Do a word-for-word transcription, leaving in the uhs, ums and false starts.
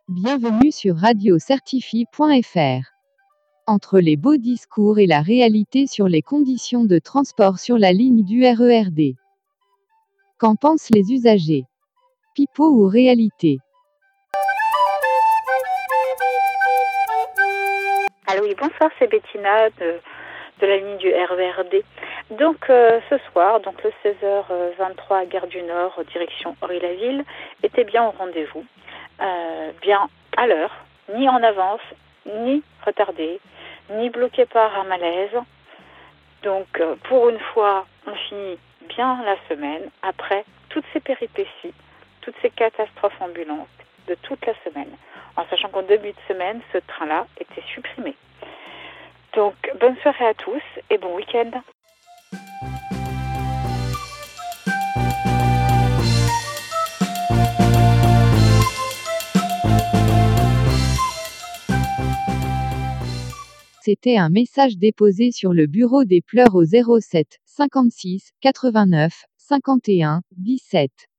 Bienvenue sur radio certifie point f r. Entre les beaux discours et la réalité sur les conditions de transport sur la ligne du R E R D. Qu'en pensent les usagers? Pipeau ou réalité? Allô, oui, bonsoir, c'est Bettina de, de la ligne du R E R D. Donc euh, ce soir, donc le seize heures vingt-trois à Gare du Nord, direction Henri-la-Ville, était bien au rendez-vous, euh, bien à l'heure, ni en avance, ni retardé, ni bloqué par un malaise. Donc euh, pour une fois, on finit bien la semaine après toutes ces péripéties, toutes ces catastrophes ambulantes de toute la semaine, en sachant qu'en début de semaine, ce train-là était supprimé. Donc bonne soirée à tous et bon week-end. C'était un message déposé sur le bureau des pleurs au zéro sept cinquante-six quatre-vingt-neuf cinquante et un dix-sept.